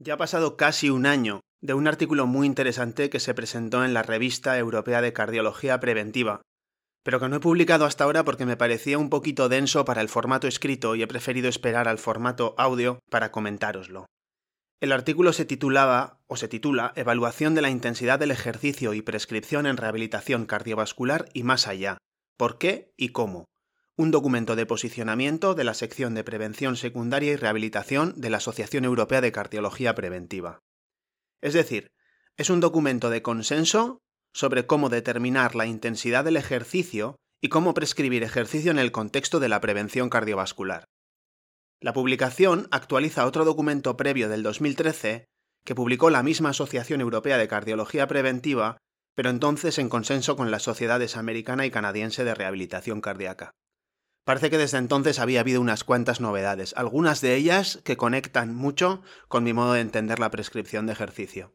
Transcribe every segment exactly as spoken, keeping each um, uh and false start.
Ya ha pasado casi un año de un artículo muy interesante que se presentó en la Revista Europea de Cardiología Preventiva, pero que no he publicado hasta ahora porque me parecía un poquito denso para el formato escrito y he preferido esperar al formato audio para comentároslo. El artículo se titulaba, o se titula, Evaluación de la intensidad del ejercicio y prescripción en rehabilitación cardiovascular y más allá. ¿Por qué y cómo? Un documento de posicionamiento de la sección de Prevención Secundaria y Rehabilitación de la Asociación Europea de Cardiología Preventiva. Es decir, es un documento de consenso sobre cómo determinar la intensidad del ejercicio y cómo prescribir ejercicio en el contexto de la prevención cardiovascular. La publicación actualiza otro documento previo del dos mil trece que publicó la misma Asociación Europea de Cardiología Preventiva, pero entonces en consenso con las sociedades americana y canadiense de rehabilitación cardíaca. Parece que desde entonces había habido unas cuantas novedades, algunas de ellas que conectan mucho con mi modo de entender la prescripción de ejercicio.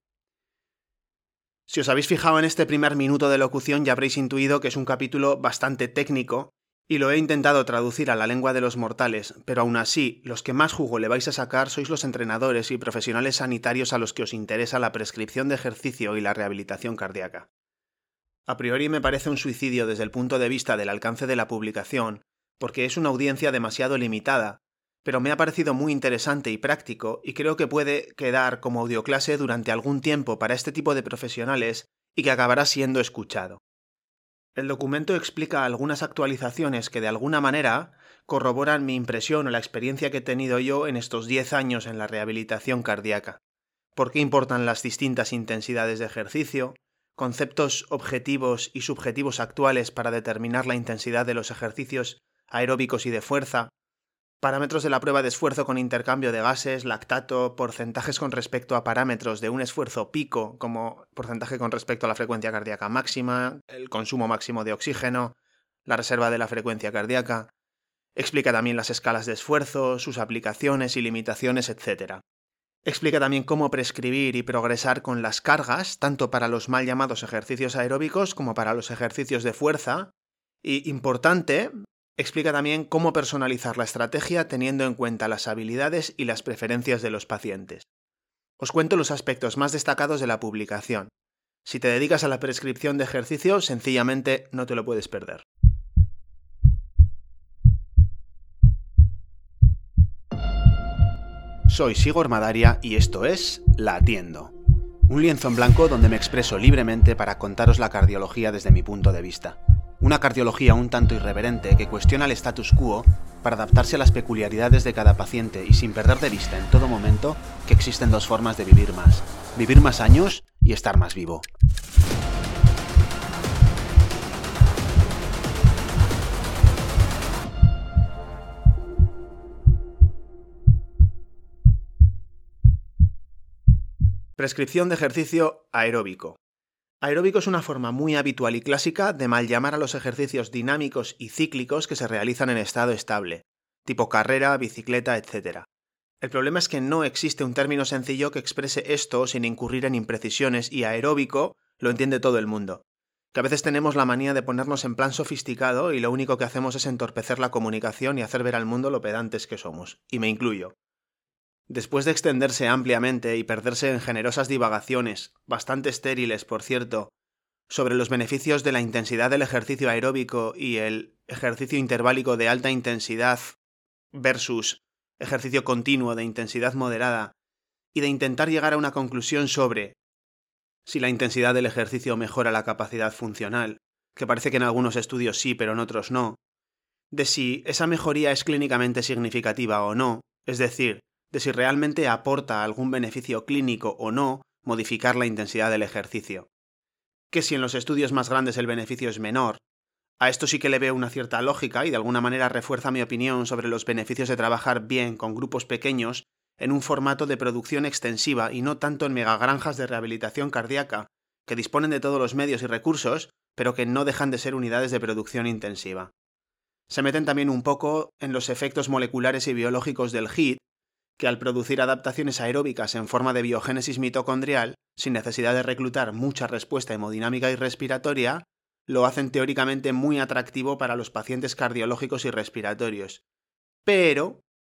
Si os habéis fijado en este primer minuto de locución ya habréis intuido que es un capítulo bastante técnico y lo he intentado traducir a la lengua de los mortales, pero aún así, los que más jugo le vais a sacar sois los entrenadores y profesionales sanitarios a los que os interesa la prescripción de ejercicio y la rehabilitación cardíaca. A priori me parece un suicidio desde el punto de vista del alcance de la publicación, porque es una audiencia demasiado limitada, pero me ha parecido muy interesante y práctico y creo que puede quedar como audioclase durante algún tiempo para este tipo de profesionales y que acabará siendo escuchado. El documento explica algunas actualizaciones que de alguna manera corroboran mi impresión o la experiencia que he tenido yo en estos diez años en la rehabilitación cardíaca. ¿Por qué importan las distintas intensidades de ejercicio? Conceptos objetivos y subjetivos actuales para determinar la intensidad de los ejercicios aeróbicos y de fuerza, parámetros de la prueba de esfuerzo con intercambio de gases, lactato, porcentajes con respecto a parámetros de un esfuerzo pico, como porcentaje con respecto a la frecuencia cardíaca máxima, el consumo máximo de oxígeno, la reserva de la frecuencia cardíaca. Explica también las escalas de esfuerzo, sus aplicaciones y limitaciones, etcétera. Explica también cómo prescribir y progresar con las cargas, tanto para los mal llamados ejercicios aeróbicos como para los ejercicios de fuerza. Y, importante, explica también cómo personalizar la estrategia teniendo en cuenta las habilidades y las preferencias de los pacientes. Os cuento los aspectos más destacados de la publicación. Si te dedicas a la prescripción de ejercicio, sencillamente no te lo puedes perder. Soy Sigor Madaria y esto es La Atiendo, un lienzo en blanco donde me expreso libremente para contaros la cardiología desde mi punto de vista. Una cardiología un tanto irreverente que cuestiona el status quo para adaptarse a las peculiaridades de cada paciente y sin perder de vista en todo momento que existen dos formas de vivir más. Vivir más años y estar más vivo. Prescripción de ejercicio aeróbico. Aeróbico es una forma muy habitual y clásica de mal llamar a los ejercicios dinámicos y cíclicos que se realizan en estado estable, tipo carrera, bicicleta, etcétera. El problema es que no existe un término sencillo que exprese esto sin incurrir en imprecisiones y aeróbico lo entiende todo el mundo. Que a veces tenemos la manía de ponernos en plan sofisticado y lo único que hacemos es entorpecer la comunicación y hacer ver al mundo lo pedantes que somos, y me incluyo. Después de extenderse ampliamente y perderse en generosas divagaciones, bastante estériles por cierto, sobre los beneficios de la intensidad del ejercicio aeróbico y el ejercicio interválico de alta intensidad versus ejercicio continuo de intensidad moderada, y de intentar llegar a una conclusión sobre si la intensidad del ejercicio mejora la capacidad funcional, que parece que en algunos estudios sí pero en otros no, de si esa mejoría es clínicamente significativa o no, es decir, de si realmente aporta algún beneficio clínico o no modificar la intensidad del ejercicio. Que si en los estudios más grandes el beneficio es menor. A esto sí que le veo una cierta lógica y de alguna manera refuerza mi opinión sobre los beneficios de trabajar bien con grupos pequeños en un formato de producción extensiva y no tanto en megagranjas de rehabilitación cardíaca, que disponen de todos los medios y recursos, pero que no dejan de ser unidades de producción intensiva. Se meten también un poco en los efectos moleculares y biológicos del H I I T, que al producir adaptaciones aeróbicas en forma de biogénesis mitocondrial, sin necesidad de reclutar mucha respuesta hemodinámica y respiratoria, lo hacen teóricamente muy atractivo para los pacientes cardiológicos y respiratorios. Pero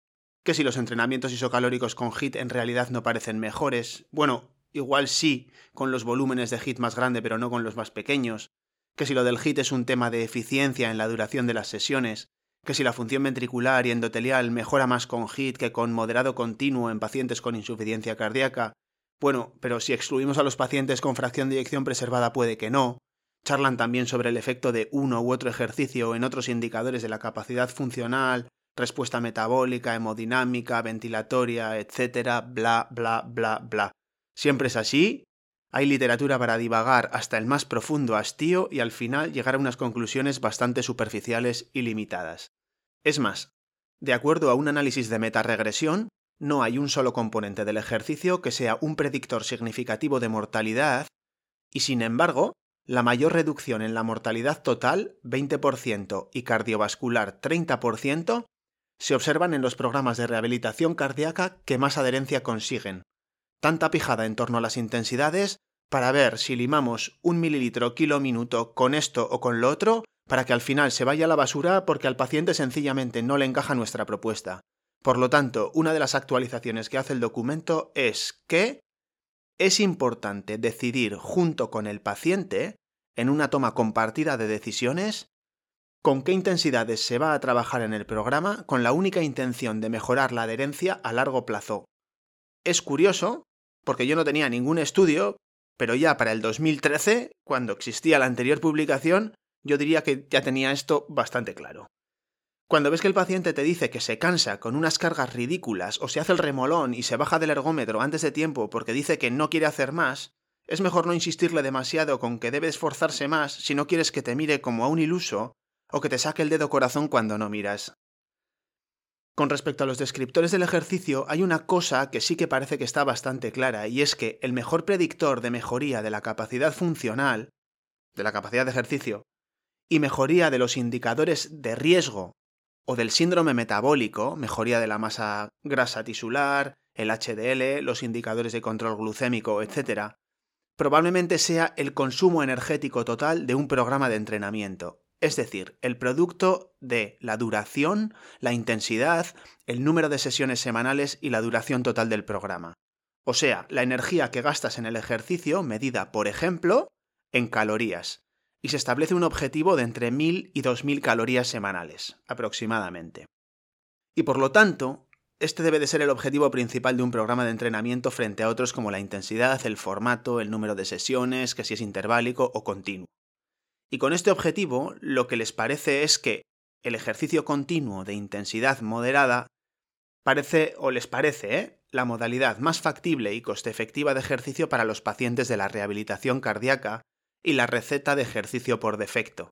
que si los entrenamientos isocalóricos con H I I T en realidad no parecen mejores, bueno, igual sí, con los volúmenes de H I I T más grande pero no con los más pequeños, que si lo del H I I T es un tema de eficiencia en la duración de las sesiones, que si la función ventricular y endotelial mejora más con H I I T que con moderado continuo en pacientes con insuficiencia cardíaca. Bueno, pero si excluimos a los pacientes con fracción de eyección preservada puede que no. Charlan también sobre el efecto de uno u otro ejercicio en otros indicadores de la capacidad funcional, respuesta metabólica, hemodinámica, ventilatoria, etcétera, bla, bla, bla, bla. Siempre es así. Hay literatura para divagar hasta el más profundo hastío y al final llegar a unas conclusiones bastante superficiales y limitadas. Es más, de acuerdo a un análisis de metaregresión, no hay un solo componente del ejercicio que sea un predictor significativo de mortalidad y, sin embargo, la mayor reducción en la mortalidad total, veinte por ciento, y cardiovascular, treinta por ciento, se observan en los programas de rehabilitación cardíaca que más adherencia consiguen. Tanta pijada en torno a las intensidades para ver si limamos un mililitro kilo minuto con esto o con lo otro para que al final se vaya a la basura porque al paciente sencillamente no le encaja nuestra propuesta. Por lo tanto, una de las actualizaciones que hace el documento es que es importante decidir junto con el paciente, en una toma compartida de decisiones, con qué intensidades se va a trabajar en el programa con la única intención de mejorar la adherencia a largo plazo. Es curioso, porque yo no tenía ningún estudio, pero ya para el dos mil trece, cuando existía la anterior publicación, yo diría que ya tenía esto bastante claro. Cuando ves que el paciente te dice que se cansa con unas cargas ridículas o se hace el remolón y se baja del ergómetro antes de tiempo porque dice que no quiere hacer más, es mejor no insistirle demasiado con que debe esforzarse más si no quieres que te mire como a un iluso o que te saque el dedo corazón cuando no miras. Con respecto a los descriptores del ejercicio, hay una cosa que sí que parece que está bastante clara, y es que el mejor predictor de mejoría de la capacidad funcional, de la capacidad de ejercicio, y mejoría de los indicadores de riesgo o del síndrome metabólico, mejoría de la masa grasa tisular, el H D L, los indicadores de control glucémico, etcétera, probablemente sea el consumo energético total de un programa de entrenamiento. Es decir, el producto de la duración, la intensidad, el número de sesiones semanales y la duración total del programa. O sea, la energía que gastas en el ejercicio medida, por ejemplo, en calorías. Y se establece un objetivo de entre mil y dos mil calorías semanales, aproximadamente. Y por lo tanto, este debe de ser el objetivo principal de un programa de entrenamiento frente a otros como la intensidad, el formato, el número de sesiones, que si es interválico o continuo. Y con este objetivo, lo que les parece es que el ejercicio continuo de intensidad moderada parece, o les parece, ¿eh? la modalidad más factible y coste efectiva de ejercicio para los pacientes de la rehabilitación cardíaca y la receta de ejercicio por defecto.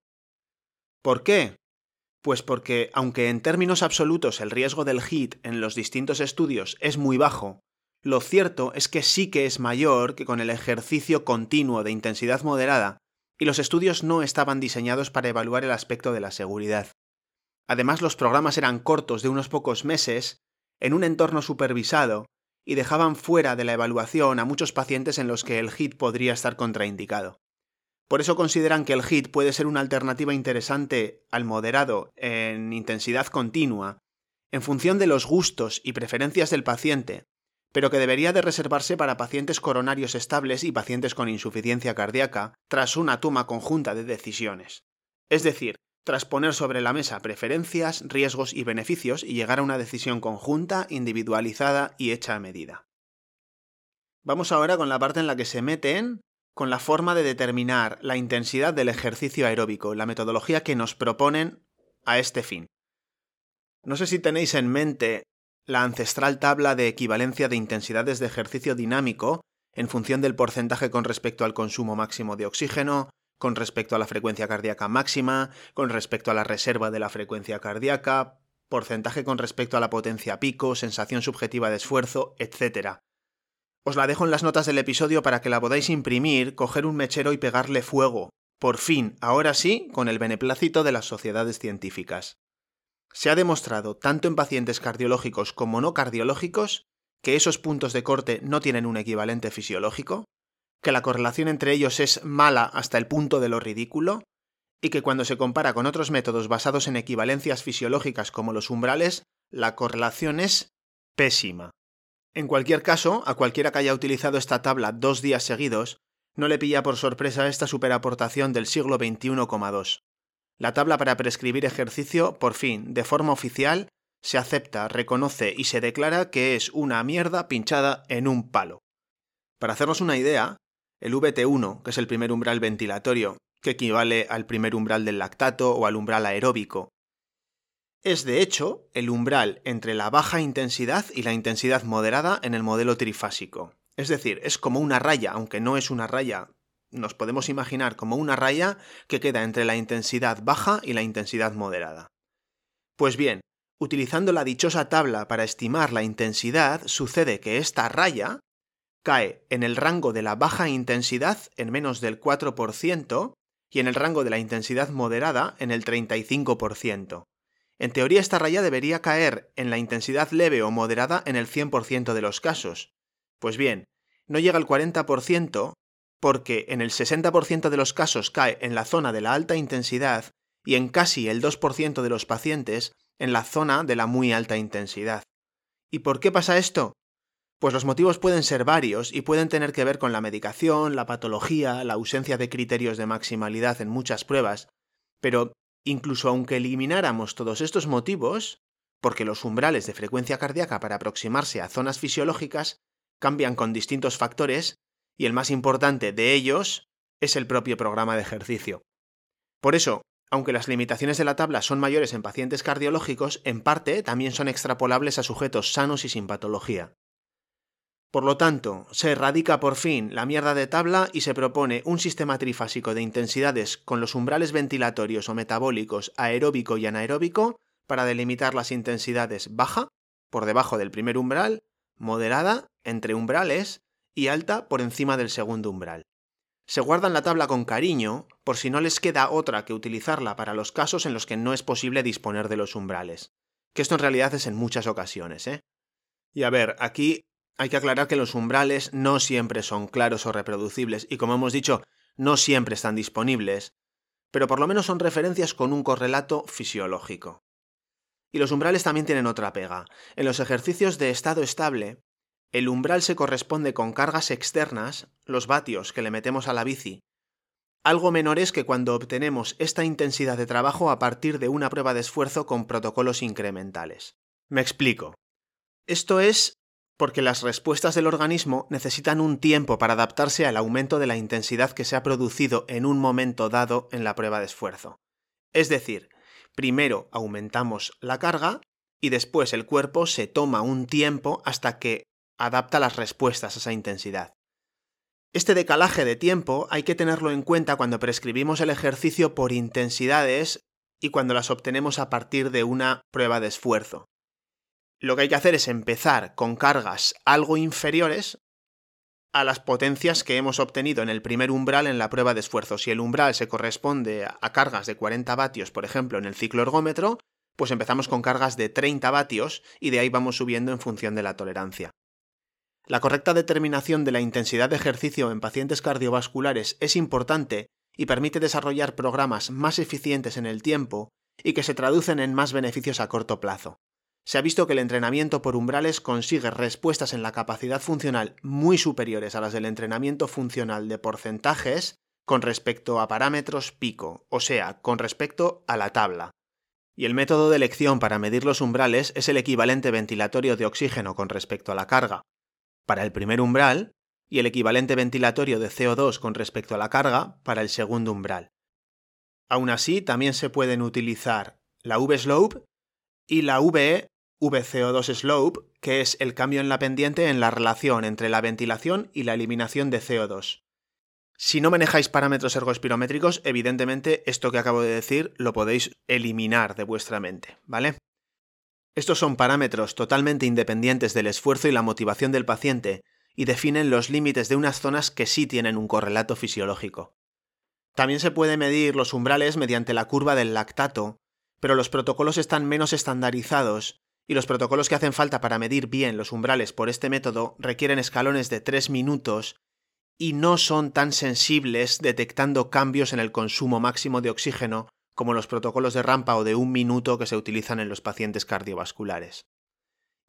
¿Por qué? Pues porque, aunque en términos absolutos el riesgo del H I I T en los distintos estudios es muy bajo, lo cierto es que sí que es mayor que con el ejercicio continuo de intensidad moderada, y los estudios no estaban diseñados para evaluar el aspecto de la seguridad. Además, los programas eran cortos de unos pocos meses, en un entorno supervisado, y dejaban fuera de la evaluación a muchos pacientes en los que el H I I T podría estar contraindicado. Por eso consideran que el H I I T puede ser una alternativa interesante al moderado en intensidad continua, en función de los gustos y preferencias del paciente, pero que debería de reservarse para pacientes coronarios estables y pacientes con insuficiencia cardíaca tras una toma conjunta de decisiones. Es decir, tras poner sobre la mesa preferencias, riesgos y beneficios y llegar a una decisión conjunta, individualizada y hecha a medida. Vamos ahora con la parte en la que se meten con la forma de determinar la intensidad del ejercicio aeróbico, la metodología que nos proponen a este fin. No sé si tenéis en mente la ancestral tabla de equivalencia de intensidades de ejercicio dinámico en función del porcentaje con respecto al consumo máximo de oxígeno, con respecto a la frecuencia cardíaca máxima, con respecto a la reserva de la frecuencia cardíaca, porcentaje con respecto a la potencia pico, sensación subjetiva de esfuerzo, etcétera. Os la dejo en las notas del episodio para que la podáis imprimir, coger un mechero y pegarle fuego. Por fin, ahora sí, con el beneplácito de las sociedades científicas. Se ha demostrado, tanto en pacientes cardiológicos como no cardiológicos, que esos puntos de corte no tienen un equivalente fisiológico, que la correlación entre ellos es mala hasta el punto de lo ridículo, y que cuando se compara con otros métodos basados en equivalencias fisiológicas como los umbrales, la correlación es pésima. En cualquier caso, a cualquiera que haya utilizado esta tabla dos días seguidos, no le pilla por sorpresa esta superaportación del siglo veintiuno coma dos. La tabla para prescribir ejercicio, por fin, de forma oficial, se acepta, reconoce y se declara que es una mierda pinchada en un palo. Para hacernos una idea, el V T uno, que es el primer umbral ventilatorio, que equivale al primer umbral del lactato o al umbral aeróbico, es de hecho el umbral entre la baja intensidad y la intensidad moderada en el modelo trifásico. Es decir, es como una raya, aunque no es una raya, nos podemos imaginar como una raya que queda entre la intensidad baja y la intensidad moderada. Pues bien, utilizando la dichosa tabla para estimar la intensidad, sucede que esta raya cae en el rango de la baja intensidad en menos del cuatro por ciento y en el rango de la intensidad moderada en el treinta y cinco por ciento. En teoría esta raya debería caer en la intensidad leve o moderada en el cien por ciento de los casos. Pues bien, no llega al cuarenta por ciento porque en el sesenta por ciento de los casos cae en la zona de la alta intensidad y en casi el dos por ciento de los pacientes en la zona de la muy alta intensidad. ¿Y por qué pasa esto? Pues los motivos pueden ser varios y pueden tener que ver con la medicación, la patología, la ausencia de criterios de maximalidad en muchas pruebas, pero incluso aunque elimináramos todos estos motivos, porque los umbrales de frecuencia cardíaca para aproximarse a zonas fisiológicas cambian con distintos factores, y el más importante de ellos es el propio programa de ejercicio. Por eso, aunque las limitaciones de la tabla son mayores en pacientes cardiológicos, en parte también son extrapolables a sujetos sanos y sin patología. Por lo tanto, se erradica por fin la mierda de tabla y se propone un sistema trifásico de intensidades con los umbrales ventilatorios o metabólicos aeróbico y anaeróbico para delimitar las intensidades baja, por debajo del primer umbral, moderada, entre umbrales, y alta por encima del segundo umbral. Se guardan la tabla con cariño por si no les queda otra que utilizarla para los casos en los que no es posible disponer de los umbrales, que esto en realidad es en muchas ocasiones, ¿eh? Y a ver, aquí hay que aclarar que los umbrales no siempre son claros o reproducibles y, como hemos dicho, no siempre están disponibles, pero por lo menos son referencias con un correlato fisiológico. Y los umbrales también tienen otra pega. En los ejercicios de estado estable, el umbral se corresponde con cargas externas, los vatios que le metemos a la bici, algo menores que cuando obtenemos esta intensidad de trabajo a partir de una prueba de esfuerzo con protocolos incrementales. Me explico. Esto es porque las respuestas del organismo necesitan un tiempo para adaptarse al aumento de la intensidad que se ha producido en un momento dado en la prueba de esfuerzo. Es decir, primero aumentamos la carga y después el cuerpo se toma un tiempo hasta que adapta las respuestas a esa intensidad. Este decalaje de tiempo hay que tenerlo en cuenta cuando prescribimos el ejercicio por intensidades y cuando las obtenemos a partir de una prueba de esfuerzo. Lo que hay que hacer es empezar con cargas algo inferiores a las potencias que hemos obtenido en el primer umbral en la prueba de esfuerzo. Si el umbral se corresponde a cargas de cuarenta vatios, por ejemplo, en el ciclo ergómetro, pues empezamos con cargas de treinta vatios y de ahí vamos subiendo en función de la tolerancia. La correcta determinación de la intensidad de ejercicio en pacientes cardiovasculares es importante y permite desarrollar programas más eficientes en el tiempo y que se traducen en más beneficios a corto plazo. Se ha visto que el entrenamiento por umbrales consigue respuestas en la capacidad funcional muy superiores a las del entrenamiento funcional de porcentajes con respecto a parámetros pico, o sea, con respecto a la tabla. Y el método de elección para medir los umbrales es el equivalente ventilatorio de oxígeno con respecto a la carga para el primer umbral y el equivalente ventilatorio de C O dos con respecto a la carga para el segundo umbral. Aún así, también se pueden utilizar la V-slope y la V E V C O dos slope, que es el cambio en la pendiente en la relación entre la ventilación y la eliminación de C O dos. Si no manejáis parámetros ergoespirométricos, evidentemente esto que acabo de decir lo podéis eliminar de vuestra mente, ¿vale? Estos son parámetros totalmente independientes del esfuerzo y la motivación del paciente y definen los límites de unas zonas que sí tienen un correlato fisiológico. También se puede medir los umbrales mediante la curva del lactato, pero los protocolos están menos estandarizados y los protocolos que hacen falta para medir bien los umbrales por este método requieren escalones de tres minutos y no son tan sensibles detectando cambios en el consumo máximo de oxígeno como los protocolos de rampa o de un minuto que se utilizan en los pacientes cardiovasculares.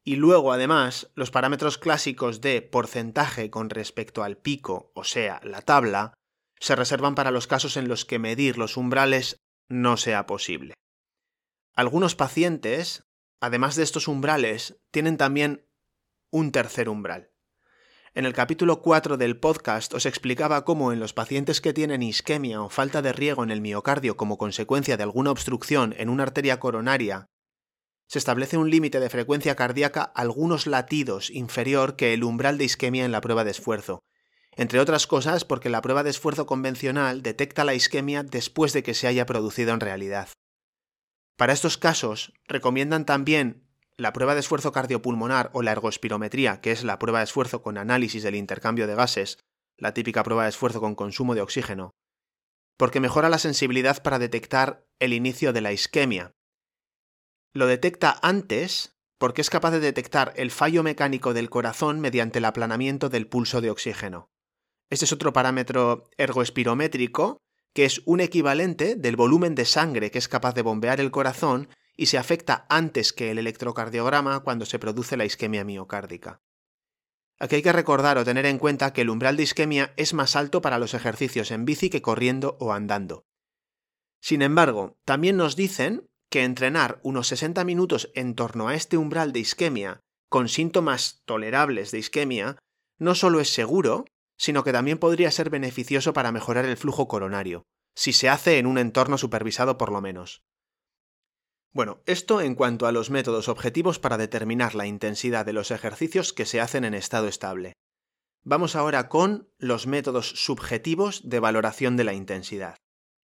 Y luego, además, los parámetros clásicos de porcentaje con respecto al pico, o sea, la tabla, se reservan para los casos en los que medir los umbrales no sea posible. Algunos pacientes, además de estos umbrales, tienen también un tercer umbral. En el capítulo cuatro del podcast os explicaba cómo en los pacientes que tienen isquemia o falta de riego en el miocardio como consecuencia de alguna obstrucción en una arteria coronaria, se establece un límite de frecuencia cardíaca algunos latidos inferior que el umbral de isquemia en la prueba de esfuerzo, entre otras cosas porque la prueba de esfuerzo convencional detecta la isquemia después de que se haya producido en realidad. Para estos casos, recomiendan también la prueba de esfuerzo cardiopulmonar o la ergospirometría, que es la prueba de esfuerzo con análisis del intercambio de gases, la típica prueba de esfuerzo con consumo de oxígeno, porque mejora la sensibilidad para detectar el inicio de la isquemia. Lo detecta antes porque es capaz de detectar el fallo mecánico del corazón mediante el aplanamiento del pulso de oxígeno. Este es otro parámetro ergoespirométrico que es un equivalente del volumen de sangre que es capaz de bombear el corazón y se afecta antes que el electrocardiograma cuando se produce la isquemia miocárdica. Aquí hay que recordar o tener en cuenta que el umbral de isquemia es más alto para los ejercicios en bici que corriendo o andando. Sin embargo, también nos dicen que entrenar unos sesenta minutos en torno a este umbral de isquemia con síntomas tolerables de isquemia no solo es seguro, sino que también podría ser beneficioso para mejorar el flujo coronario, si se hace en un entorno supervisado por lo menos. Bueno, esto en cuanto a los métodos objetivos para determinar la intensidad de los ejercicios que se hacen en estado estable. Vamos ahora con los métodos subjetivos de valoración de la intensidad.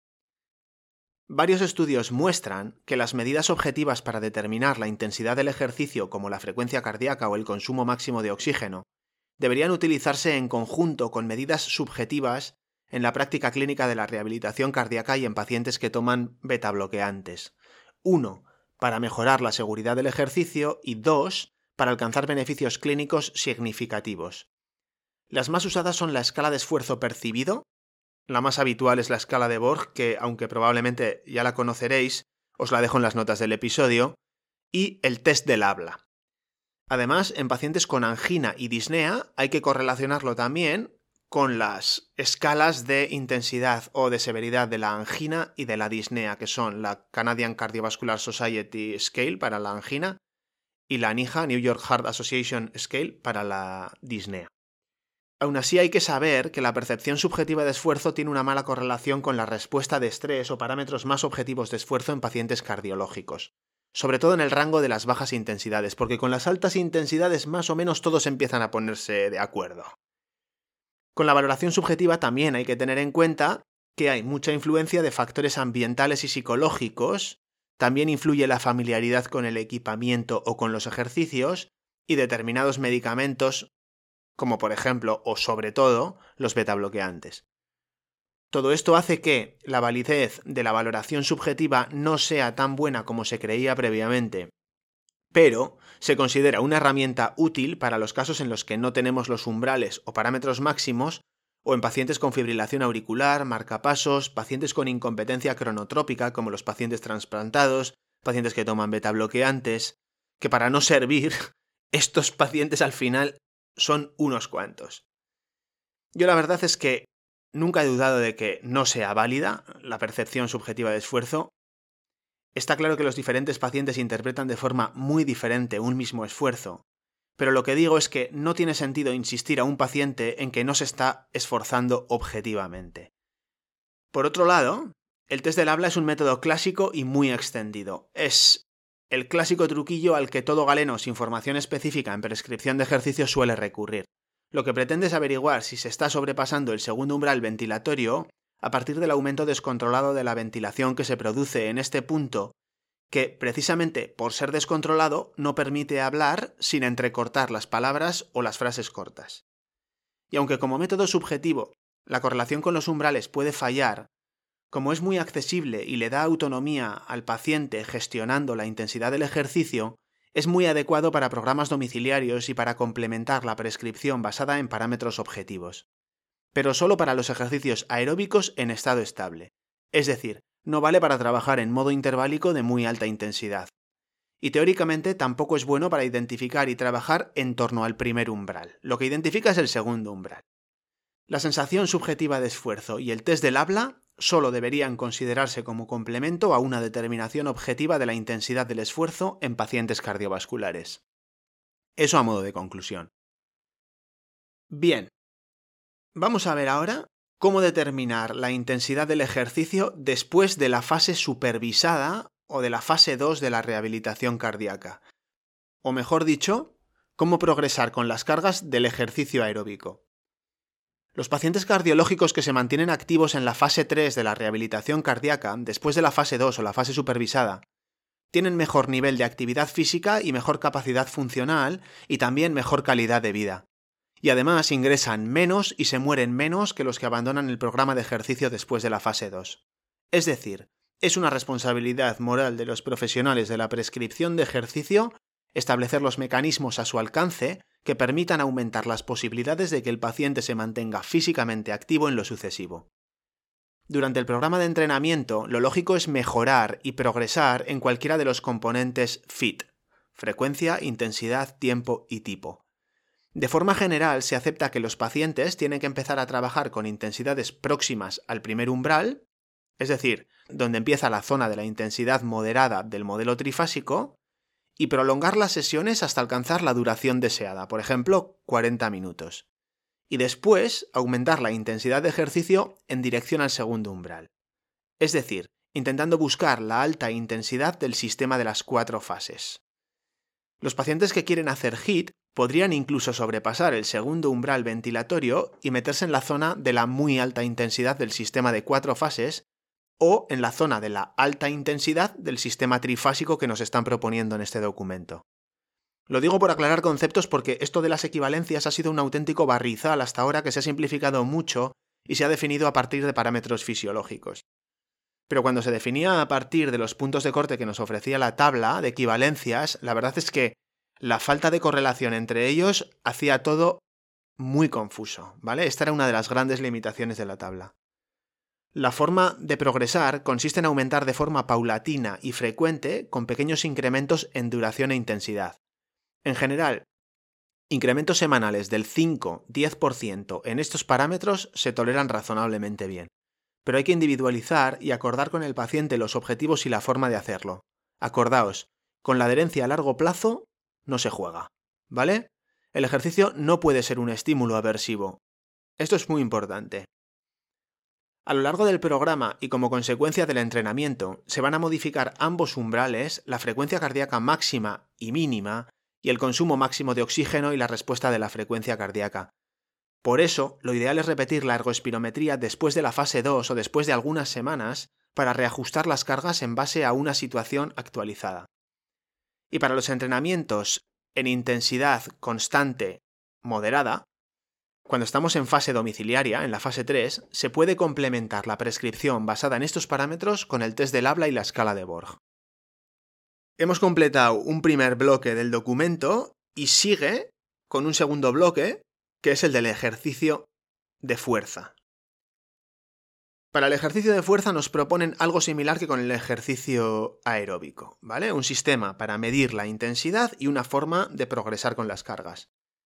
Varios estudios muestran que las medidas objetivas para determinar la intensidad del ejercicio, como la frecuencia cardíaca o el consumo máximo de oxígeno, deberían utilizarse en conjunto con medidas subjetivas en la práctica clínica de la rehabilitación cardíaca y en pacientes que toman betabloqueantes. Uno, para mejorar la seguridad del ejercicio y dos, para alcanzar beneficios clínicos significativos. Las más usadas son la escala de esfuerzo percibido. La más habitual es la escala de Borg, que aunque probablemente ya la conoceréis, os la dejo en las notas del episodio, y el test del habla. Además, en pacientes con angina y disnea hay que correlacionarlo también con las escalas de intensidad o de severidad de la angina y de la disnea, que son la Canadian Cardiovascular Society Scale para la angina y la N I H A, New York Heart Association Scale, para la disnea. Aún así hay que saber que la percepción subjetiva de esfuerzo tiene una mala correlación con la respuesta de estrés o parámetros más objetivos de esfuerzo en pacientes cardiológicos, sobre todo en el rango de las bajas intensidades, porque con las altas intensidades más o menos todos empiezan a ponerse de acuerdo. Con la valoración subjetiva también hay que tener en cuenta que hay mucha influencia de factores ambientales y psicológicos, también influye la familiaridad con el equipamiento o con los ejercicios, y determinados medicamentos, como por ejemplo o sobre todo los betabloqueantes. Todo esto hace que la validez de la valoración subjetiva no sea tan buena como se creía previamente, pero se considera una herramienta útil para los casos en los que no tenemos los umbrales o parámetros máximos, o en pacientes con fibrilación auricular, marcapasos, pacientes con incompetencia cronotrópica como los pacientes trasplantados, pacientes que toman betabloqueantes, que para no servir, estos pacientes al final son unos cuantos. Yo la verdad es que nunca he dudado de que no sea válida la percepción subjetiva de esfuerzo. Está claro que los diferentes pacientes interpretan de forma muy diferente un mismo esfuerzo, pero lo que digo es que no tiene sentido insistir a un paciente en que no se está esforzando objetivamente. Por otro lado, el test del habla es un método clásico y muy extendido. Es el clásico truquillo al que todo galeno sin formación específica en prescripción de ejercicio suele recurrir. Lo que pretende es averiguar si se está sobrepasando el segundo umbral ventilatorio a partir del aumento descontrolado de la ventilación que se produce en este punto, que precisamente por ser descontrolado no permite hablar sin entrecortar las palabras o las frases cortas. Y aunque como método subjetivo la correlación con los umbrales puede fallar, como es muy accesible y le da autonomía al paciente gestionando la intensidad del ejercicio, es muy adecuado para programas domiciliarios y para complementar la prescripción basada en parámetros objetivos. Pero solo para los ejercicios aeróbicos en estado estable, es decir, no vale para trabajar en modo interválico de muy alta intensidad. y teóricamente tampoco es bueno para identificar y trabajar en torno al primer umbral. Lo que identifica es el segundo umbral. La sensación subjetiva de esfuerzo y el test del habla solo deberían considerarse como complemento a una determinación objetiva de la intensidad del esfuerzo en pacientes cardiovasculares. Eso a modo de conclusión. Bien, vamos a ver ahora cómo determinar la intensidad del ejercicio después de la fase supervisada o de la fase dos de la rehabilitación cardíaca. O mejor dicho, cómo progresar con las cargas del ejercicio aeróbico. Los pacientes cardiológicos que se mantienen activos en la fase tres de la rehabilitación cardíaca, después de la fase dos o la fase supervisada, tienen mejor nivel de actividad física y mejor capacidad funcional y también mejor calidad de vida. Y además ingresan menos y se mueren menos que los que abandonan el programa de ejercicio después de la fase dos. Es decir, es una responsabilidad moral de los profesionales de la prescripción de ejercicio establecer los mecanismos a su alcance que permitan aumentar las posibilidades de que el paciente se mantenga físicamente activo en lo sucesivo. Durante el programa de entrenamiento, lo lógico es mejorar y progresar en cualquiera de los componentes F I T: frecuencia, intensidad, tiempo y tipo. De forma general, se acepta que los pacientes tienen que empezar a trabajar con intensidades próximas al primer umbral, es decir, donde empieza la zona de la intensidad moderada del modelo trifásico, y prolongar las sesiones hasta alcanzar la duración deseada, por ejemplo, cuarenta minutos. Y después aumentar la intensidad de ejercicio en dirección al segundo umbral. Es decir, intentando buscar la alta intensidad del sistema de las cuatro fases. Los pacientes que quieren hacer H I I T podrían incluso sobrepasar el segundo umbral ventilatorio y meterse en la zona de la muy alta intensidad del sistema de cuatro fases o en la zona de la alta intensidad del sistema trifásico que nos están proponiendo en este documento. Lo digo por aclarar conceptos porque esto de las equivalencias ha sido un auténtico barrizal hasta ahora que se ha simplificado mucho y se ha definido a partir de parámetros fisiológicos. Pero cuando se definía a partir de los puntos de corte que nos ofrecía la tabla de equivalencias, la verdad es que la falta de correlación entre ellos hacía todo muy confuso, ¿vale? Esta era una de las grandes limitaciones de la tabla. La forma de progresar consiste en aumentar de forma paulatina y frecuente con pequeños incrementos en duración e intensidad. En general, incrementos semanales del cinco a diez por ciento en estos parámetros se toleran razonablemente bien, pero hay que individualizar y acordar con el paciente los objetivos y la forma de hacerlo. Acordaos, con la adherencia a largo plazo no se juega, ¿vale? El ejercicio no puede ser un estímulo aversivo. Esto es muy importante. A lo largo del programa y como consecuencia del entrenamiento, se van a modificar ambos umbrales, la frecuencia cardíaca máxima y mínima, y el consumo máximo de oxígeno y la respuesta de la frecuencia cardíaca. Por eso, lo ideal es repetir la ergoespirometría después de la fase dos o después de algunas semanas para reajustar las cargas en base a una situación actualizada. Y para los entrenamientos en intensidad constante moderada, cuando estamos en fase domiciliaria, en la fase tres, se puede complementar la prescripción basada en estos parámetros con el test del habla y la escala de Borg. Hemos completado un primer bloque del documento y sigue con un segundo bloque, que es el del ejercicio de fuerza. Para el ejercicio de fuerza nos proponen algo similar que con el ejercicio aeróbico, ¿vale? Un sistema para medir la intensidad y una forma de progresar con las cargas.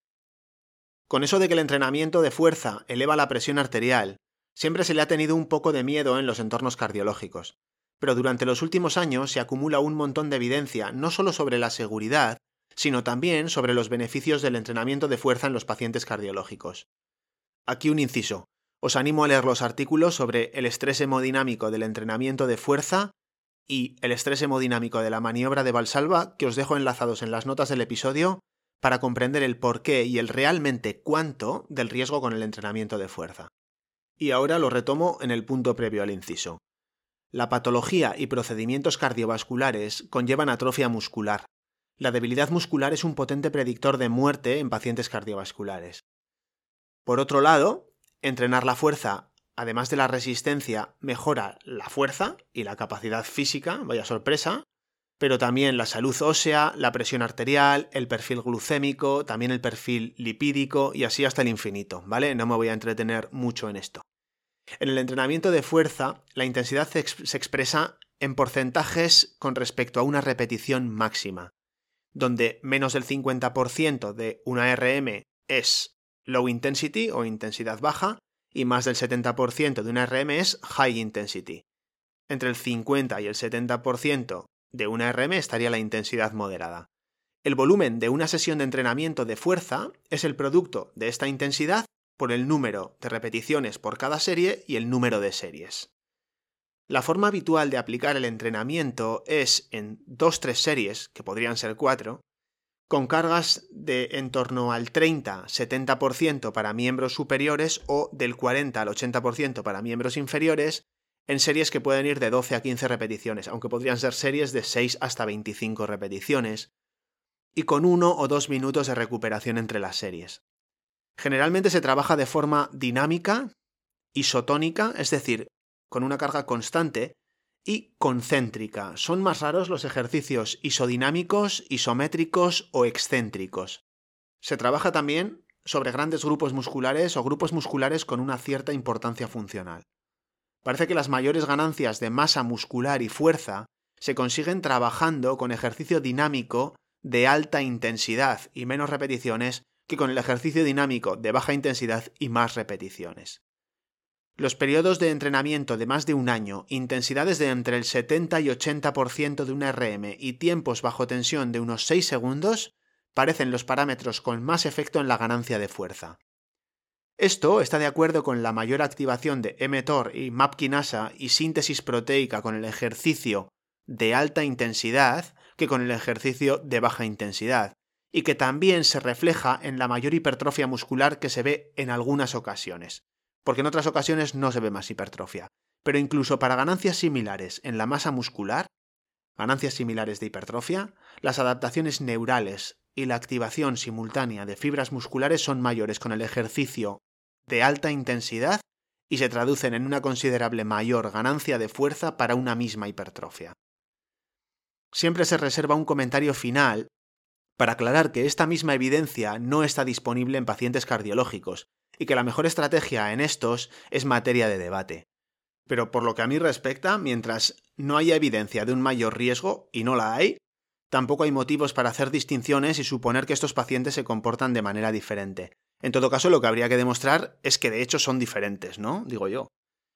Con eso de que el entrenamiento de fuerza eleva la presión arterial, siempre se le ha tenido un poco de miedo en los entornos cardiológicos. Pero durante los últimos años se acumula un montón de evidencia no solo sobre la seguridad, sino también sobre los beneficios del entrenamiento de fuerza en los pacientes cardiológicos. Aquí un inciso. Os animo a leer los artículos sobre el estrés hemodinámico del entrenamiento de fuerza y el estrés hemodinámico de la maniobra de Valsalva, que os dejo enlazados en las notas del episodio, para comprender el porqué y el realmente cuánto del riesgo con el entrenamiento de fuerza. Y ahora lo retomo en el punto previo al inciso. La patología y procedimientos cardiovasculares conllevan atrofia muscular. La debilidad muscular es un potente predictor de muerte en pacientes cardiovasculares. Por otro lado, entrenar la fuerza, además de la resistencia, mejora la fuerza y la capacidad física, vaya sorpresa, pero también la salud ósea, la presión arterial, el perfil glucémico, también el perfil lipídico y así hasta el infinito, ¿vale? No me voy a entretener mucho en esto. En el entrenamiento de fuerza, la intensidad se, ex- se expresa en porcentajes con respecto a una repetición máxima, donde menos del cincuenta por ciento de una R M es low intensity o intensidad baja y más del setenta por ciento de una R M es high intensity. Entre el cincuenta y el setenta por ciento de una R M estaría la intensidad moderada. El volumen de una sesión de entrenamiento de fuerza es el producto de esta intensidad por el número de repeticiones por cada serie y el número de series. La forma habitual de aplicar el entrenamiento es en dos tres series, que podrían ser cuatro, con cargas de en torno al treinta a setenta por ciento para miembros superiores o del cuarenta al ochenta por ciento para miembros inferiores, en series que pueden ir de doce a quince repeticiones, aunque podrían ser series de seis hasta veinticinco repeticiones, y con uno o dos minutos de recuperación entre las series. Generalmente se trabaja de forma dinámica, isotónica, es decir, con una carga constante, y concéntrica. Son más raros los ejercicios isodinámicos, isométricos o excéntricos. Se trabaja también sobre grandes grupos musculares o grupos musculares con una cierta importancia funcional. Parece que las mayores ganancias de masa muscular y fuerza se consiguen trabajando con ejercicio dinámico de alta intensidad y menos repeticiones que con el ejercicio dinámico de baja intensidad y más repeticiones. Los periodos de entrenamiento de más de un año, intensidades de entre el setenta y ochenta por ciento de una R M y tiempos bajo tensión de unos seis segundos parecen los parámetros con más efecto en la ganancia de fuerza. Esto está de acuerdo con la mayor activación de mTOR y MAP kinasa y síntesis proteica con el ejercicio de alta intensidad que con el ejercicio de baja intensidad, y que también se refleja en la mayor hipertrofia muscular que se ve en algunas ocasiones, porque en otras ocasiones no se ve más hipertrofia. Pero incluso para ganancias similares en la masa muscular, ganancias similares de hipertrofia, las adaptaciones neurales y la activación simultánea de fibras musculares son mayores con el ejercicio de alta intensidad y se traducen en una considerable mayor ganancia de fuerza para una misma hipertrofia. Siempre se reserva un comentario final para aclarar que esta misma evidencia no está disponible en pacientes cardiológicos y que la mejor estrategia en estos es materia de debate. Pero por lo que a mí respecta, mientras no haya evidencia de un mayor riesgo, y no la hay, tampoco hay motivos para hacer distinciones y suponer que estos pacientes se comportan de manera diferente. En todo caso, lo que habría que demostrar es que de hecho son diferentes, ¿no? Digo yo.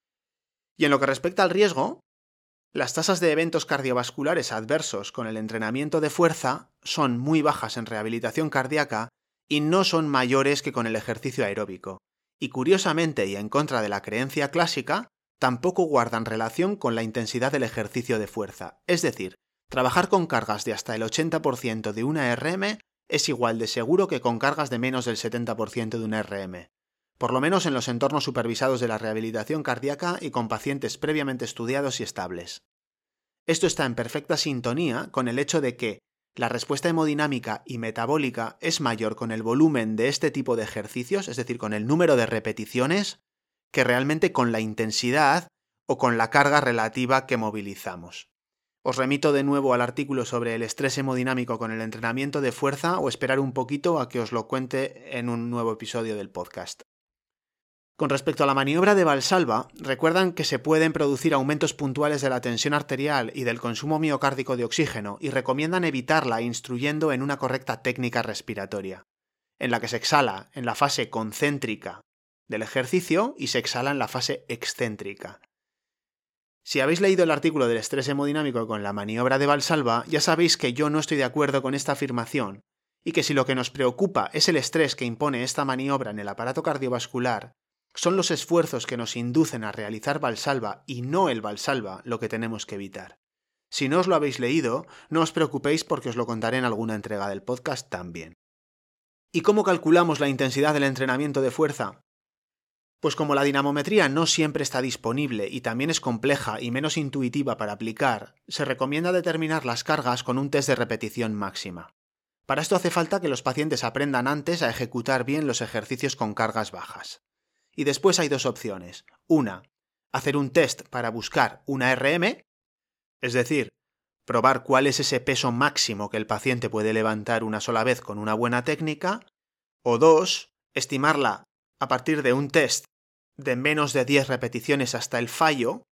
Y en lo que respecta al riesgo, las tasas de eventos cardiovasculares adversos con el entrenamiento de fuerza son muy bajas en rehabilitación cardíaca y no son mayores que con el ejercicio aeróbico. Y curiosamente, y en contra de la creencia clásica, tampoco guardan relación con la intensidad del ejercicio de fuerza. Es decir, trabajar con cargas de hasta el ochenta por ciento de una R M es igual de seguro que con cargas de menos del setenta por ciento de una R M. Por lo menos en los entornos supervisados de la rehabilitación cardíaca y con pacientes previamente estudiados y estables. Esto está en perfecta sintonía con el hecho de que la respuesta hemodinámica y metabólica es mayor con el volumen de este tipo de ejercicios, es decir, con el número de repeticiones, que realmente con la intensidad o con la carga relativa que movilizamos. Os remito de nuevo al artículo sobre el estrés hemodinámico con el entrenamiento de fuerza o esperar un poquito a que os lo cuente en un nuevo episodio del podcast. Con respecto a la maniobra de Valsalva, recuerdan que se pueden producir aumentos puntuales de la tensión arterial y del consumo miocárdico de oxígeno y recomiendan evitarla instruyendo en una correcta técnica respiratoria, en la que se exhala en la fase concéntrica del ejercicio y se exhala en la fase excéntrica. Si habéis leído el artículo del estrés hemodinámico con la maniobra de Valsalva, ya sabéis que yo no estoy de acuerdo con esta afirmación y que si lo que nos preocupa es el estrés que impone esta maniobra en el aparato cardiovascular, son los esfuerzos que nos inducen a realizar Valsalva y no el Valsalva lo que tenemos que evitar. Si no os lo habéis leído, no os preocupéis porque os lo contaré en alguna entrega del podcast también. ¿Y cómo calculamos la intensidad del entrenamiento de fuerza? Pues como la dinamometría no siempre está disponible y también es compleja y menos intuitiva para aplicar, se recomienda determinar las cargas con un test de repetición máxima. Para esto hace falta que los pacientes aprendan antes a ejecutar bien los ejercicios con cargas bajas. Y después hay dos opciones. Una, hacer un test para buscar una R M, es decir, probar cuál es ese peso máximo que el paciente puede levantar una sola vez con una buena técnica. O dos, estimarla a partir de un test de menos de diez repeticiones hasta el fallo,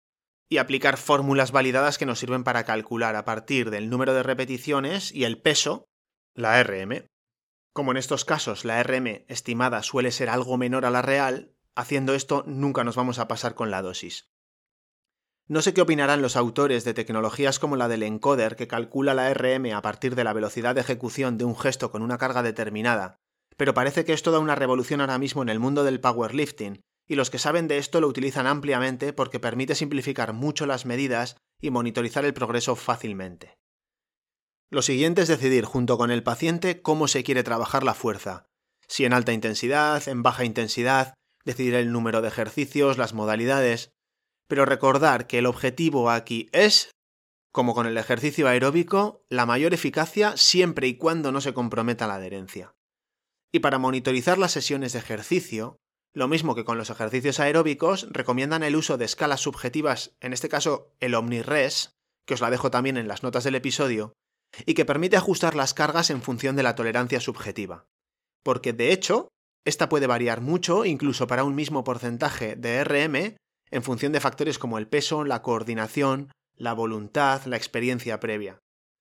y aplicar fórmulas validadas que nos sirven para calcular a partir del número de repeticiones y el peso la R M. Como en estos casos la R M estimada suele ser algo menor a la real, haciendo esto nunca nos vamos a pasar con la dosis. No sé qué opinarán los autores de tecnologías como la del encoder, que calcula la R M a partir de la velocidad de ejecución de un gesto con una carga determinada, pero parece que esto da una revolución ahora mismo en el mundo del powerlifting, y los que saben de esto lo utilizan ampliamente porque permite simplificar mucho las medidas y monitorizar el progreso fácilmente. Lo siguiente es decidir junto con el paciente cómo se quiere trabajar la fuerza, si en alta intensidad, en baja intensidad, decidir el número de ejercicios, las modalidades, pero recordar que el objetivo aquí es, como con el ejercicio aeróbico, la mayor eficacia siempre y cuando no se comprometa la adherencia. Y para monitorizar las sesiones de ejercicio, lo mismo que con los ejercicios aeróbicos, recomiendan el uso de escalas subjetivas, en este caso el OmniRes, que os la dejo también en las notas del episodio, y que permite ajustar las cargas en función de la tolerancia subjetiva. Porque, de hecho, esta puede variar mucho, incluso para un mismo porcentaje de R M, en función de factores como el peso, la coordinación, la voluntad, la experiencia previa.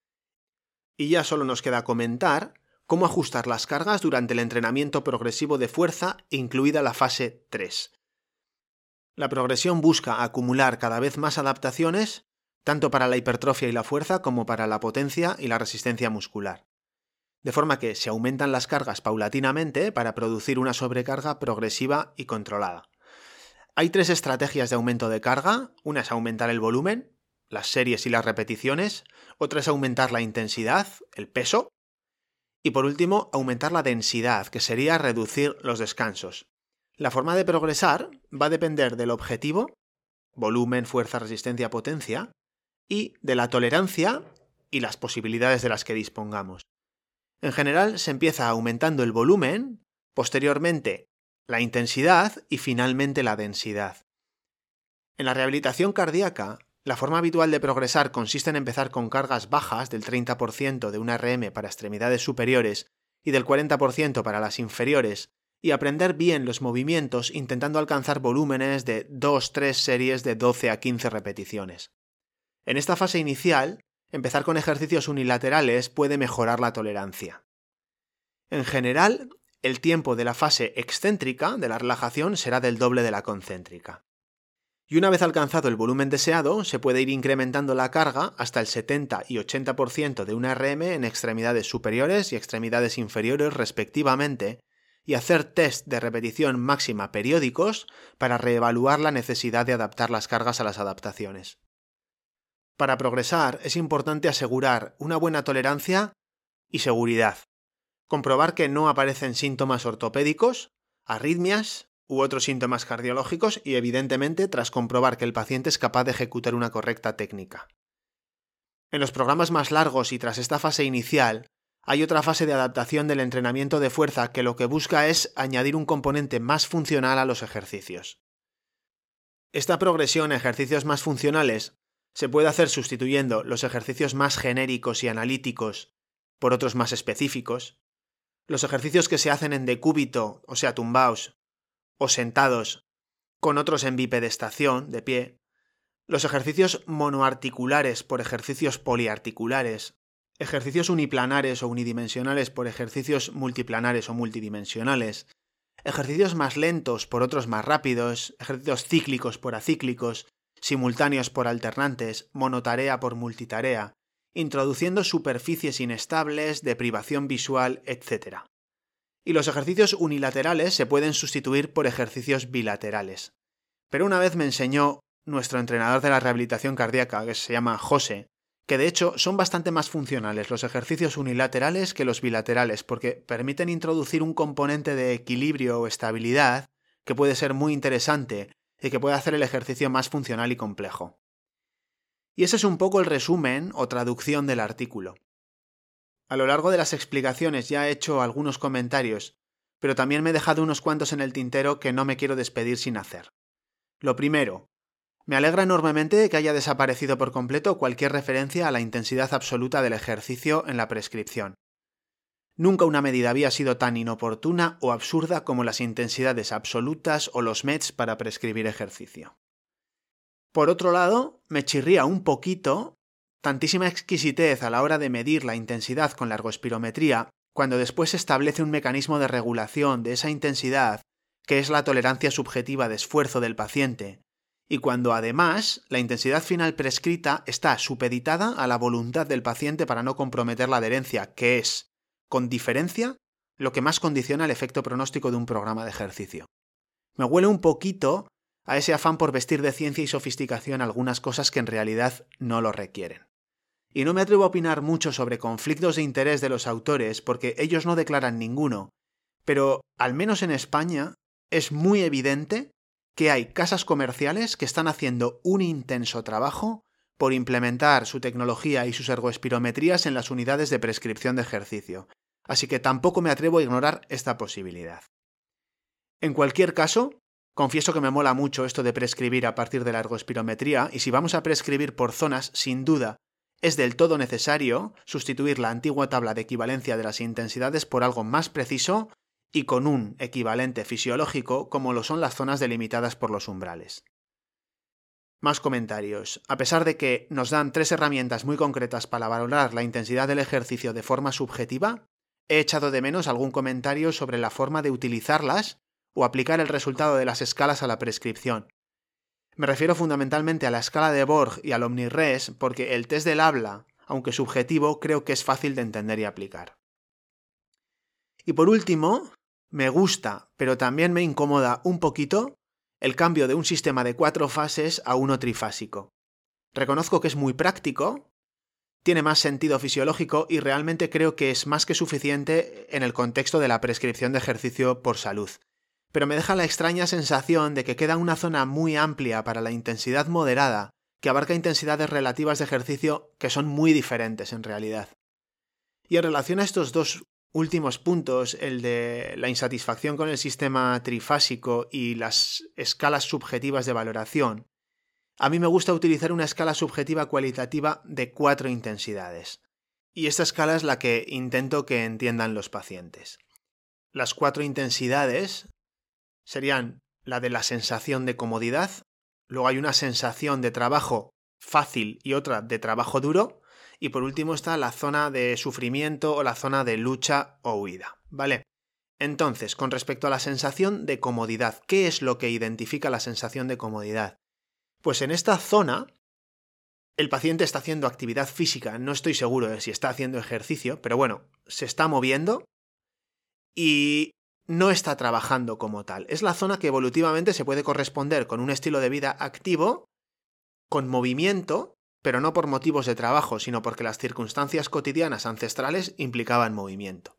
Y ya solo nos queda comentar cómo ajustar las cargas durante el entrenamiento progresivo de fuerza, incluida la fase tres. La progresión busca acumular cada vez más adaptaciones, tanto para la hipertrofia y la fuerza como para la potencia y la resistencia muscular. De forma que se aumentan las cargas paulatinamente para producir una sobrecarga progresiva y controlada. Hay tres estrategias de aumento de carga. Una es aumentar el volumen, las series y las repeticiones. Otra es aumentar la intensidad, el peso. Y por último, aumentar la densidad, que sería reducir los descansos. La forma de progresar va a depender del objetivo, volumen, fuerza, resistencia, potencia, y de la tolerancia y las posibilidades de las que dispongamos. En general, se empieza aumentando el volumen, posteriormente la intensidad y finalmente la densidad. En la rehabilitación cardíaca, la forma habitual de progresar consiste en empezar con cargas bajas del treinta por ciento de una R M para extremidades superiores y del cuarenta por ciento para las inferiores, y aprender bien los movimientos intentando alcanzar volúmenes de dos a tres series de doce a quince repeticiones. En esta fase inicial, empezar con ejercicios unilaterales puede mejorar la tolerancia. En general, el tiempo de la fase excéntrica de la relajación será del doble de la concéntrica. Y una vez alcanzado el volumen deseado, se puede ir incrementando la carga hasta el setenta y ochenta por ciento de una R M en extremidades superiores y extremidades inferiores respectivamente, y hacer test de repetición máxima periódicos para reevaluar la necesidad de adaptar las cargas a las adaptaciones. Para progresar es importante asegurar una buena tolerancia y seguridad. Comprobar que no aparecen síntomas ortopédicos, arritmias u otros síntomas cardiológicos y, evidentemente, tras comprobar que el paciente es capaz de ejecutar una correcta técnica. En los programas más largos y tras esta fase inicial, hay otra fase de adaptación del entrenamiento de fuerza que lo que busca es añadir un componente más funcional a los ejercicios. Esta progresión a ejercicios más funcionales se puede hacer sustituyendo los ejercicios más genéricos y analíticos por otros más específicos, los ejercicios que se hacen en decúbito, o sea, tumbaos, o sentados, con otros en bipedestación, de pie, los ejercicios monoarticulares por ejercicios poliarticulares, ejercicios uniplanares o unidimensionales por ejercicios multiplanares o multidimensionales, ejercicios más lentos por otros más rápidos, ejercicios cíclicos por acíclicos, simultáneos por alternantes, monotarea por multitarea, introduciendo superficies inestables, deprivación visual, etcétera. Y los ejercicios unilaterales se pueden sustituir por ejercicios bilaterales. Pero una vez me enseñó nuestro entrenador de la rehabilitación cardíaca, que se llama José, que de hecho son bastante más funcionales los ejercicios unilaterales que los bilaterales, porque permiten introducir un componente de equilibrio o estabilidad que puede ser muy interesante y que puede hacer el ejercicio más funcional y complejo. Y ese es un poco el resumen o traducción del artículo. A lo largo de las explicaciones ya he hecho algunos comentarios, pero también me he dejado unos cuantos en el tintero que no me quiero despedir sin hacer. Lo primero, me alegra enormemente que haya desaparecido por completo cualquier referencia a la intensidad absoluta del ejercicio en la prescripción. Nunca una medida había sido tan inoportuna o absurda como las intensidades absolutas o los M E Ts para prescribir ejercicio. Por otro lado, me chirría un poquito tantísima exquisitez a la hora de medir la intensidad con la ergospirometría, cuando después se establece un mecanismo de regulación de esa intensidad, que es la tolerancia subjetiva de esfuerzo del paciente, y cuando además la intensidad final prescrita está supeditada a la voluntad del paciente para no comprometer la adherencia, que es, con diferencia, lo que más condiciona el efecto pronóstico de un programa de ejercicio. Me huele un poquito a ese afán por vestir de ciencia y sofisticación algunas cosas que en realidad no lo requieren. Y no me atrevo a opinar mucho sobre conflictos de interés de los autores porque ellos no declaran ninguno, pero al menos en España es muy evidente que hay casas comerciales que están haciendo un intenso trabajo por implementar su tecnología y sus ergoespirometrías en las unidades de prescripción de ejercicio, así que tampoco me atrevo a ignorar esta posibilidad. En cualquier caso, confieso que me mola mucho esto de prescribir a partir de la ergoespirometría, y si vamos a prescribir por zonas, sin duda, es del todo necesario sustituir la antigua tabla de equivalencia de las intensidades por algo más preciso y con un equivalente fisiológico como lo son las zonas delimitadas por los umbrales. Más comentarios. A pesar de que nos dan tres herramientas muy concretas para valorar la intensidad del ejercicio de forma subjetiva, he echado de menos algún comentario sobre la forma de utilizarlas o aplicar el resultado de las escalas a la prescripción. Me refiero fundamentalmente a la escala de Borg y al OmniRes porque el test del habla, aunque subjetivo, creo que es fácil de entender y aplicar. Y por último, me gusta, pero también me incomoda un poquito, el cambio de un sistema de cuatro fases a uno trifásico. Reconozco que es muy práctico, tiene más sentido fisiológico y realmente creo que es más que suficiente en el contexto de la prescripción de ejercicio por salud. Pero me deja la extraña sensación de que queda una zona muy amplia para la intensidad moderada, que abarca intensidades relativas de ejercicio que son muy diferentes en realidad. Y en relación a estos dos últimos puntos, el de la insatisfacción con el sistema trifásico y las escalas subjetivas de valoración, a mí me gusta utilizar una escala subjetiva cualitativa de cuatro intensidades. Y esta escala es la que intento que entiendan los pacientes. Las cuatro intensidades serían la de la sensación de comodidad, luego hay una sensación de trabajo fácil y otra de trabajo duro, y por último está la zona de sufrimiento o la zona de lucha o huida, ¿vale? Entonces, con respecto a la sensación de comodidad, ¿qué es lo que identifica la sensación de comodidad? Pues en esta zona, el paciente está haciendo actividad física, no estoy seguro de si está haciendo ejercicio, pero bueno, se está moviendo y no está trabajando como tal. Es la zona que evolutivamente se puede corresponder con un estilo de vida activo, con movimiento, pero no por motivos de trabajo, sino porque las circunstancias cotidianas ancestrales implicaban movimiento.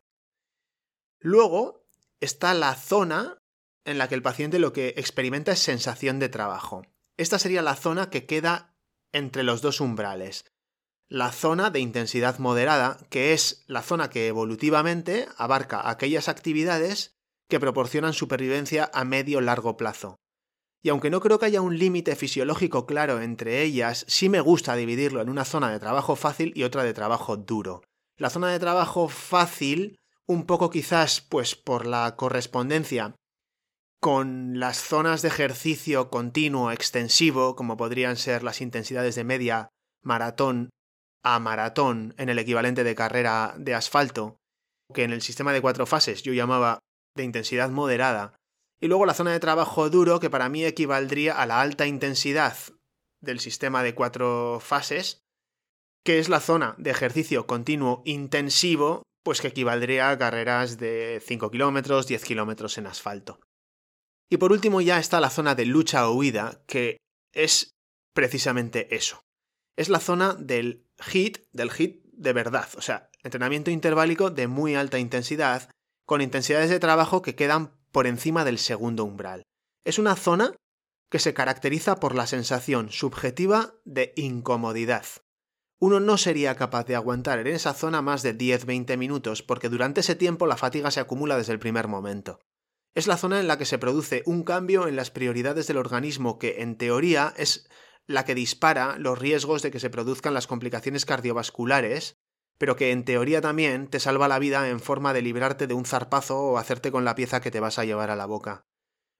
Luego está la zona en la que el paciente lo que experimenta es sensación de trabajo. Esta sería la zona que queda entre los dos umbrales. La zona de intensidad moderada, que es la zona que evolutivamente abarca aquellas actividades que proporcionan supervivencia a medio-largo plazo. Y aunque no creo que haya un límite fisiológico claro entre ellas, sí me gusta dividirlo en una zona de trabajo fácil y otra de trabajo duro. La zona de trabajo fácil, un poco quizás pues por la correspondencia con las zonas de ejercicio continuo extensivo, como podrían ser las intensidades de media, maratón a maratón en el equivalente de carrera de asfalto, que en el sistema de cuatro fases yo llamaba de intensidad moderada, y luego la zona de trabajo duro, que para mí equivaldría a la alta intensidad del sistema de cuatro fases, que es la zona de ejercicio continuo intensivo, pues que equivaldría a carreras de cinco kilómetros, diez kilómetros en asfalto. Y por último ya está la zona de lucha o huida, que es precisamente eso. Es la zona del HIIT, del HIIT de verdad, o sea, entrenamiento interválico de muy alta intensidad, con intensidades de trabajo que quedan por encima del segundo umbral. Es una zona que se caracteriza por la sensación subjetiva de incomodidad. Uno no sería capaz de aguantar en esa zona más de diez a veinte minutos porque durante ese tiempo la fatiga se acumula desde el primer momento. Es la zona en la que se produce un cambio en las prioridades del organismo que, en teoría, es la que dispara los riesgos de que se produzcan las complicaciones cardiovasculares, pero que en teoría también te salva la vida en forma de librarte de un zarpazo o hacerte con la pieza que te vas a llevar a la boca.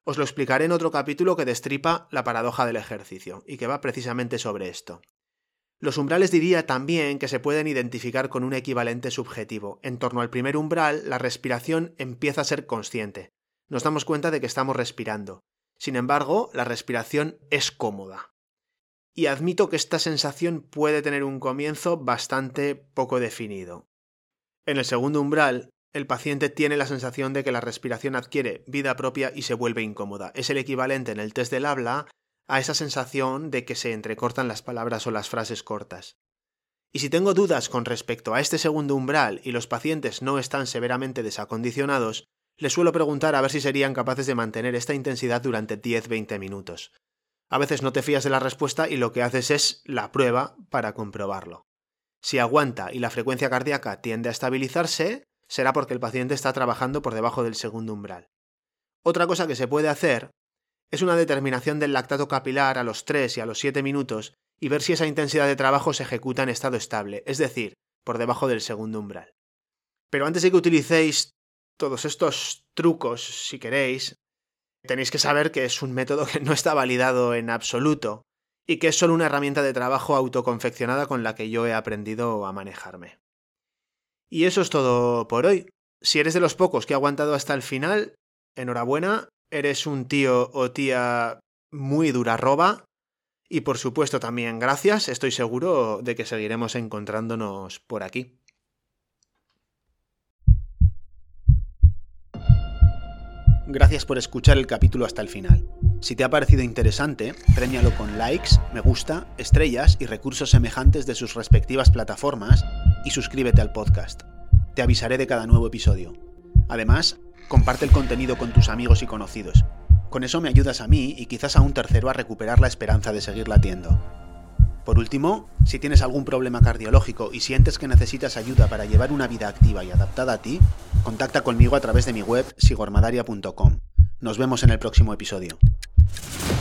Os lo explicaré en otro capítulo que destripa la paradoja del ejercicio, y que va precisamente sobre esto. Los umbrales diría también que se pueden identificar con un equivalente subjetivo. En torno al primer umbral, la respiración empieza a ser consciente. Nos damos cuenta de que estamos respirando. Sin embargo, la respiración es cómoda. Y admito que esta sensación puede tener un comienzo bastante poco definido. En el segundo umbral, el paciente tiene la sensación de que la respiración adquiere vida propia y se vuelve incómoda. Es el equivalente en el test del habla a esa sensación de que se entrecortan las palabras o las frases cortas. Y si tengo dudas con respecto a este segundo umbral y los pacientes no están severamente desacondicionados, les suelo preguntar a ver si serían capaces de mantener esta intensidad durante diez a veinte minutos. A veces no te fías de la respuesta y lo que haces es la prueba para comprobarlo. Si aguanta y la frecuencia cardíaca tiende a estabilizarse, será porque el paciente está trabajando por debajo del segundo umbral. Otra cosa que se puede hacer es una determinación del lactato capilar a los tres y a los siete minutos y ver si esa intensidad de trabajo se ejecuta en estado estable, es decir, por debajo del segundo umbral. Pero antes de que utilicéis todos estos trucos, si queréis, tenéis que saber que es un método que no está validado en absoluto y que es solo una herramienta de trabajo autoconfeccionada con la que yo he aprendido a manejarme. Y eso es todo por hoy. Si eres de los pocos que ha aguantado hasta el final, enhorabuena. Eres un tío o tía muy dura roba y por supuesto también gracias, estoy seguro de que seguiremos encontrándonos por aquí. Gracias por escuchar el capítulo hasta el final. Si te ha parecido interesante, premialo con likes, me gusta, estrellas y recursos semejantes de sus respectivas plataformas y suscríbete al podcast. Te avisaré de cada nuevo episodio. Además, comparte el contenido con tus amigos y conocidos. Con eso me ayudas a mí y quizás a un tercero a recuperar la esperanza de seguir latiendo. Por último, si tienes algún problema cardiológico y sientes que necesitas ayuda para llevar una vida activa y adaptada a ti, contacta conmigo a través de mi web sigormadaria punto com. Nos vemos en el próximo episodio.